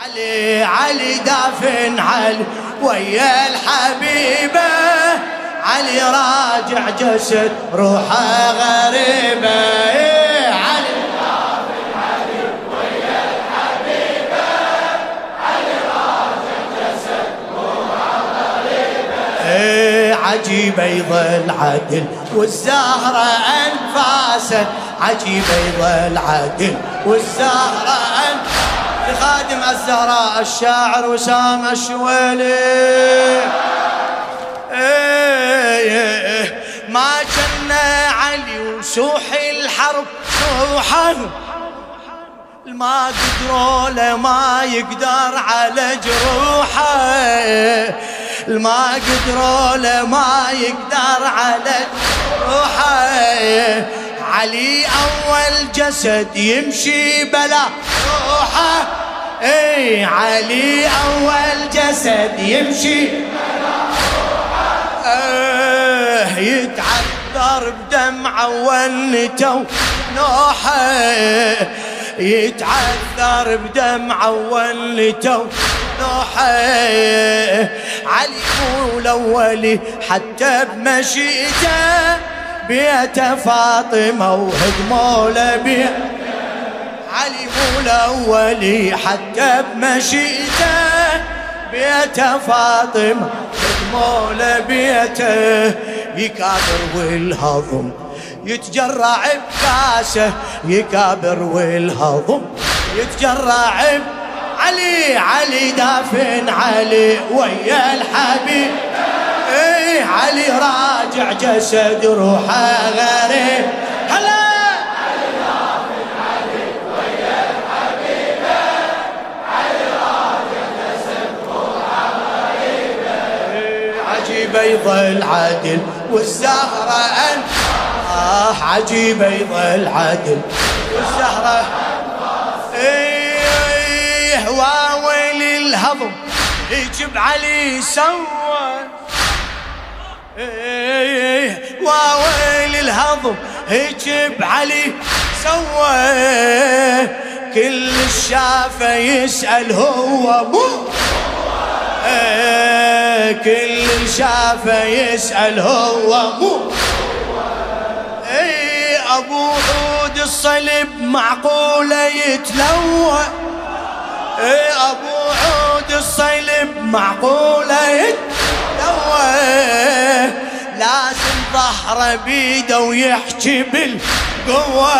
علي علي دافن علي ويا الحبيبة، علي راجع جسد روحه غريبة. علي دافن علي ويا الحبيبة، علي راجع جسد روحه غريبة. عجيبة يظل عدل والزهرة أنفاسه، عجيبة يظل عدل والزهرة أنفاسه. خادم الزهراء الشاعر وسام الشويلي. ما جنى علي وسوح الحرب سوحا، ما قدروا له ما يقدر على جروحه، ما قدروا له ما يقدر على جروحه. علي أول جسد يمشي بلا روحه، علي أول جسد يمشي بلا روحه. يتعذر بدمعه ونته ونوحه، يتعذر بدمعه ونته ونوحه. علي مو الأولي حتى بمشيته، بيته فاطمة وهدموا له بيته. علي مو الأولي حتى بمشيته، بيته فاطمة هدموا له بيته. يكابر والهضم يتجرع بكاسه، يكابر والهضم يتجرع. علي علي دافن علي ويا الحبيب، علي راجع جسد روحه غريب. هلا علي دافن علي ويا الحبيبة، علي راجع جسد روحه غريبة. عجيبة يظل عدل والزهرة عجيبة يظل عدل والزهرة واويل الهضم يجيب علي سوى، واويل الهضم يجيب علي سوى. كل الشافة يسأل هو مو، كل الشافة يسأل هو مو. أبو عود الصلب معقولة يتلوى، أبو عود الصلب معقولة يتلوى. لازم ظهره بيده ويحكي بالقوة،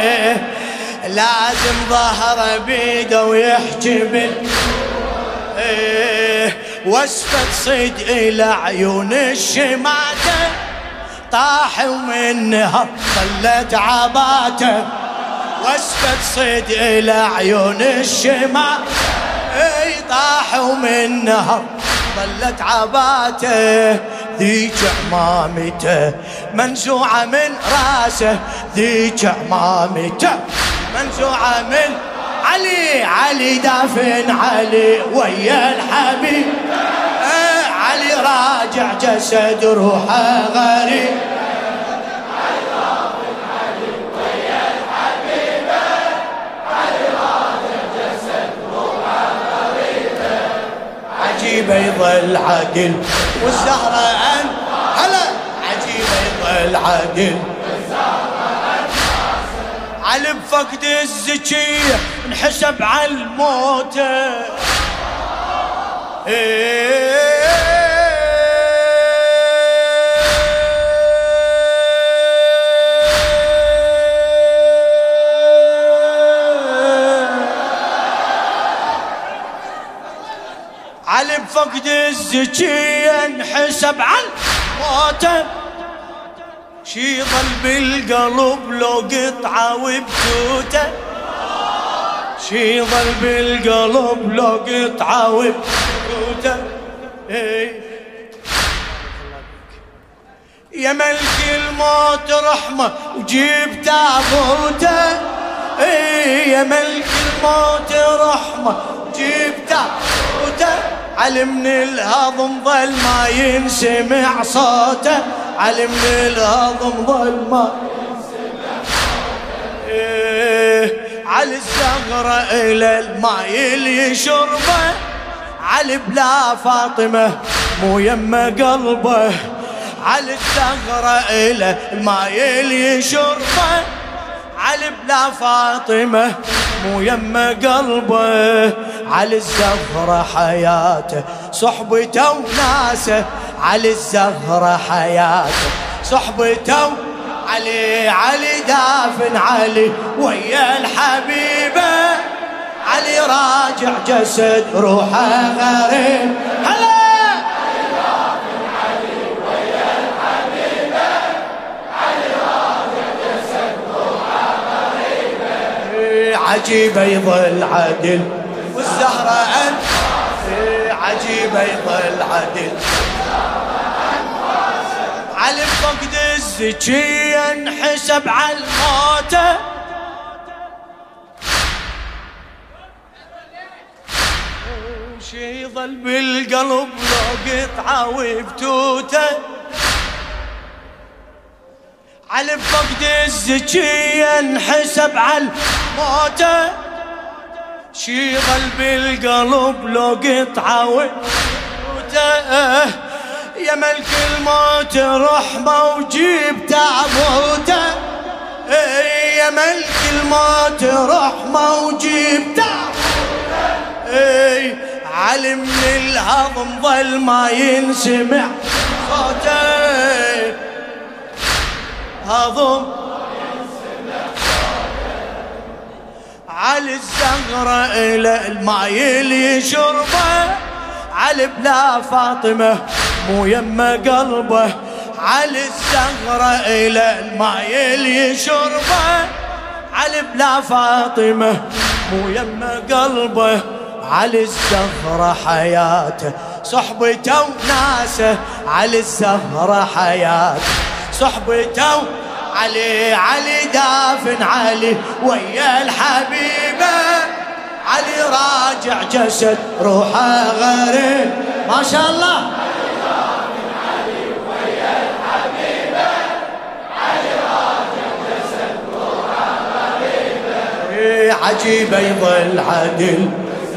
لازم ظهره بيده ويحكي بالقوة. وصفة صدق إلى عيون الشماتة، طاح ومنها ظلت عباته. وصفة صدق إلى عيون الشماتة، طاح ومنها ظلت عباته. ذيك عمامته منزوعة من راسه، ذيك عمامته منزوعة من علي. علي دافن علي ويا الحبيب، علي راجع جسد روحه غريب. علي دافن علي ويا الحبيبة، علي راجع جسد روحه غريبة. عجيبة يظل عدل والزهرة هلا، عجيبة يظل عدل والزهرة علي بفقد الزكية انحسب على الموتى. علي بفقد الزكية انحسب على موته. شي ظل بالقلب لو قطعة وبتوته، شي ظل بالقلب لو قطعة وبتوته. يا ملك الموت رحمة وجيب تابوته، يا ملك الموت رحمة وجيب تابوته. علي من الهضم ظل ما ينسمع صوته، علي من الهضم ظل ما ينسمع صوته. علي الزهرة إلى المايل يشربه، علي بلا فاطمة مو يمه قلبه، علي الزهرة إلى المايل يشربه، علي بلا فاطمة مو يمه قلبه، علي الزهرة حياته صحبته وناسه، علي الزهرة حياته صحبته، علي دافن علي ويا الحبيبة، علي راجع جسد روحه غريب. هلا علي دافن علي ويا الحبيبة، علي راجع جسد روحه غريبة. عجيبة يظل عدل والزهرة عجيبة يظل عدل، علي فقد الزكية انحسب على الموتى، شي يظل بالقلب لو قطعة وبتوته، علي فقد الزكية انحسب على الموتى، شي يظل بالقلب لو قطعة وبتوته، يا ملك الموت رحمة وجيب تابوته، يا ملك الموت رحمة وجيب تابوته، علي من الهضم ظل ما ينسمع صوته، هضم علي الزهرة إلى المايل يشربه، علي بلا فاطمة مو يمه قلبه، علي الزهرة إلى المايل يشربه، علي بلا فاطمة مو يمه قلبه، علي الزهرة حياته صحبته وناسه، علي الزهرة حياته صحبته، علي دافن علي ويا الحبيبة، علي راجع جسد روحه غريب. ما شاء الله علي دافن علي ويا الحبيبة، علي راجع جسد روحه غريبة. عجيبة يظل عدل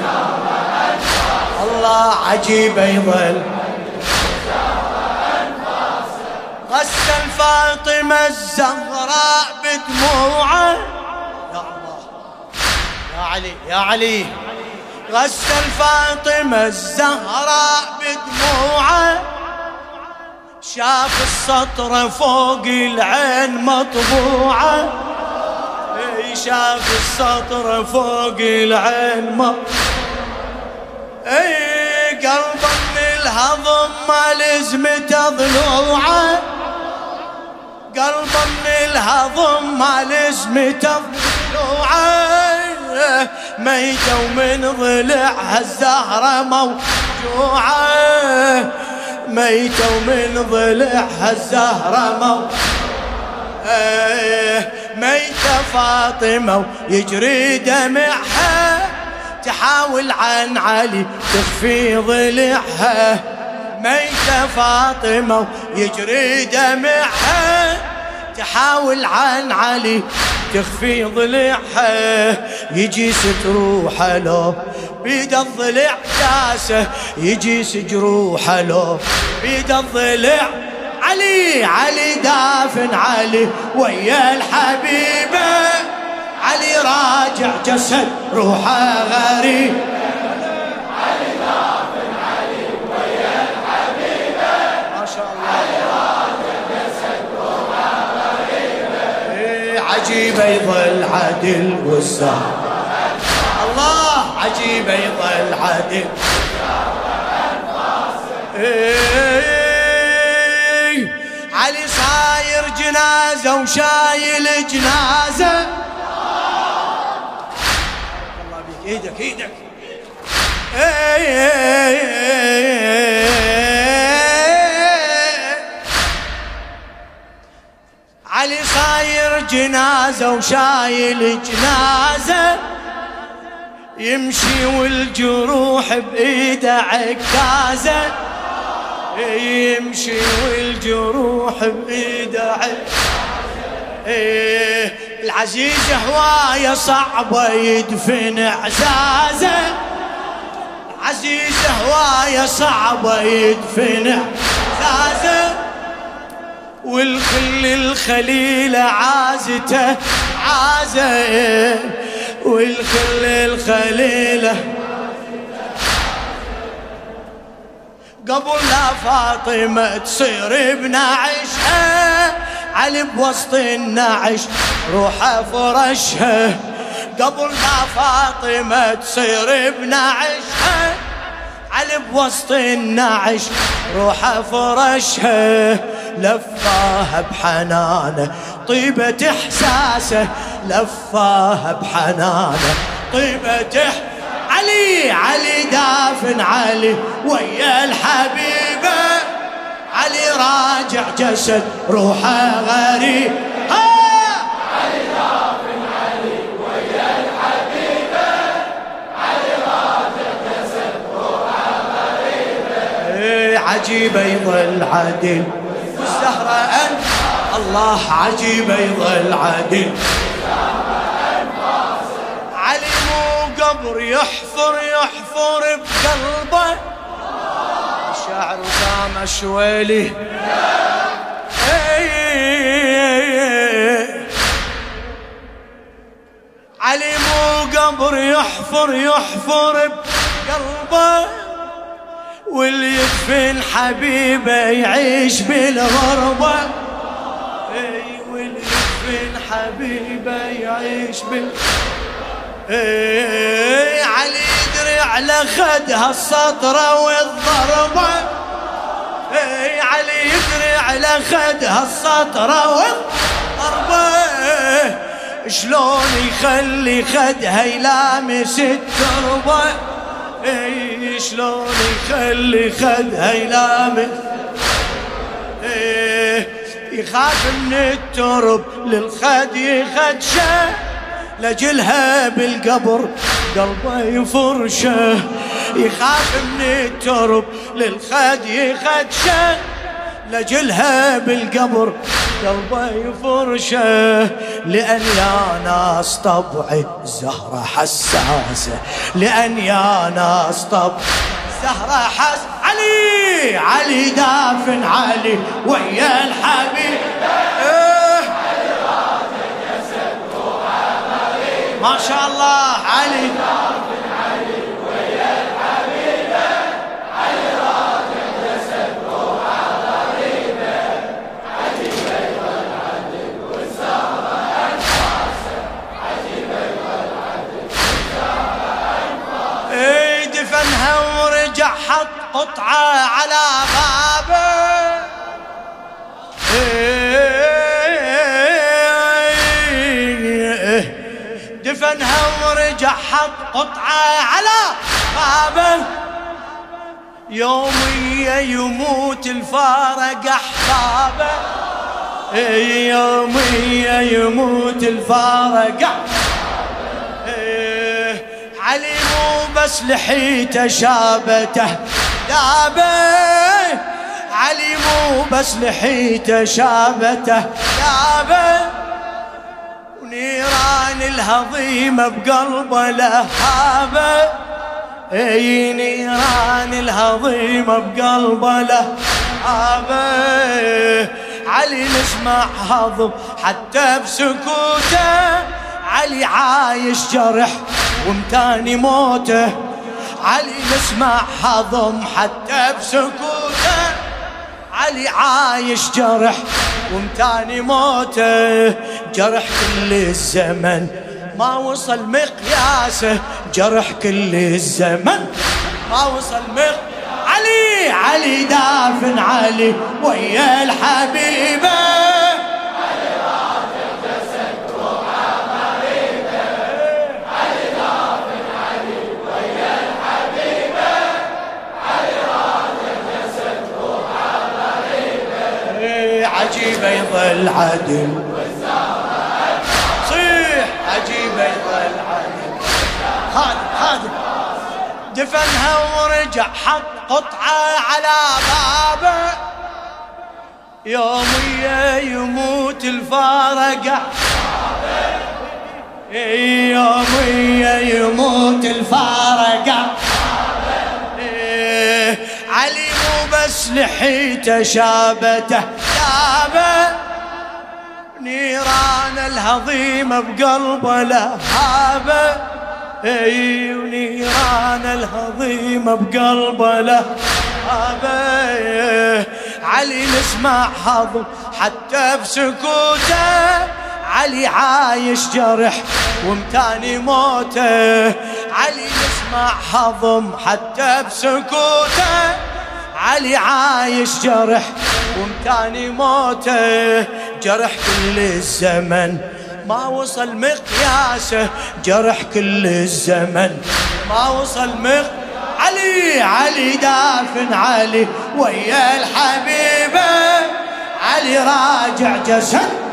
الله، عجيبة يظل غسل فاطمة الزهراء بدموعه، يا الله يا علي يا علي، غسل فاطمة الزهراء بدموعه، شاف السطر فوق العين مطبوعة، شاف السطر فوق العين مطبوعة، قلبه من الهضم ما لزمته ضلوعه، قلبه من الهضم ما لزمته ضلوعه، ميتة ومن ضلعها الزهرة موجوعة، ميتة ومن ضلعها الزهرة موجوعة، ميتة فاطمة ويجري دمعها، تحاول عن علي تخفي ضلعها، ميتة فاطمة ويجري دمعها، تحاول عن علي تخفي ضلعها، يجي ستروحه لو بيد الضلع داسه، يجي سجروحه لو بيد الضلع، علي دافن علي ويا الحبيبة، علي راجع جسد روحه غريب. علي دافن علي ويا الحبيبة، ما شاء الله علي راجع جسد روحه غريبة. عجيبة يظل عدل والزهرة الله، عجيبة يظل عدل علي صاير جنازة وشايل جنازة، الله بيك ايدك علي صاير جنازة وشايل جنازة، يمشي والجروح بإيده عكازة، يمشي والجروح بإيده عكازة، العزيز هواية صعبة يدفن اعزازه، عزيز هواية صعبة يدفن اعزازه، والكل الخليلة عازته عازه، والكل الخليلة قبل لا فاطمة تصير بنعشها، علي بوسط النعش روحه فرشها، قبل لا فاطمة تصير بنعشها، علي بوسط النعش روحه فرشها، لفاها بحنانه طيبة احساسه، لفاها بحنانه طيبة علي دافن علي ويا الحبيبة، علي راجع جسد روحه غريب، علي دافن علي ويا الحبيبة، علي راجع جسد روحه غريبة، عجيبة يظل عدل والزهرة أنت، الله عجيبة يظل عدل، علي مو قبر يحفر بقلبه، الشاعر أسامة الشويلي علي مو قبر يحفر بقلبه، واللي يدفن حبيبه يعيش بالغربة، واللي يدفن حبيبه يعيش علي يدري على خدها السطرة والضربة، علي يدري على خدها السطرة والضربة، شلون يخلي خدها يلامس التربة، شلون يخلي خدها يلامس، يخاف من الترب للخد يخدشه، لجلها بالقبر قلبه يفرشه، يخاف من الترب للخد يخدشه، لجلها بالقبر قلبه يفرشه، لأن يا ناس طبعي الزهرة حساسة، لأن يا ناس طبعي الزهرة علي دافن علي ويا الحبيب، ما شاء الله علي دافن علي ويا الحبيبة، علي راجع جسد روحه غريبة، عجيبة يظل عدل والزهرة أنفاسه، عجيبة يظل عدل والزهرة أنفاسه، دفنها ورجع حط قطعة على بابه، دفنها ورجع حط قطعة على بابه، يومية يموت الفارق أحبابه، يومية يموت الفارق أحبابه، علي مو بس لحيته شابته دابه، علي مو بس لحيته شابته دابه، ونيران الهضيمة بقلبه لهابة، نيران الهضيمة بقلبه لهابة، علي نسمع هضم حتى بسكوته، علي عايش جرح ومتاني موته، علي نسمع هضم حتى بسكوته، علي عايش جرح ومتاني موته، جرح كل الزمن ما وصل مقياسه، جرح كل الزمن ما وصل علي دافن علي ويا الحبيبة، علي راجع جسد روحه غريبة، علي دافن علي ويا الحبيبة، علي راجع جسد روحه غريبة، عجيبة يظل عدل صيح، عجيبة يظل عدل، هذا دفنها ورجع حط قطعة على بابه، يومية يموت الفارق يوميا يموت الفارقة. علي مو بس لحيته شابته شابه، نيران الهضيمة بقلبه لهابه. ونيران الهضيمة بقلبه لهابه. علي نسمع هضم حتى بسكوته، علي عايش جرح ومتاني موته. علي نسمع هضم حتى بسكوته، علي عايش جرح ومتاني موته. جرح كل الزمن ما وصل مقياسه، جرح كل الزمن ما وصل علي دافن علي ويا الحبيبة، علي راجع جسد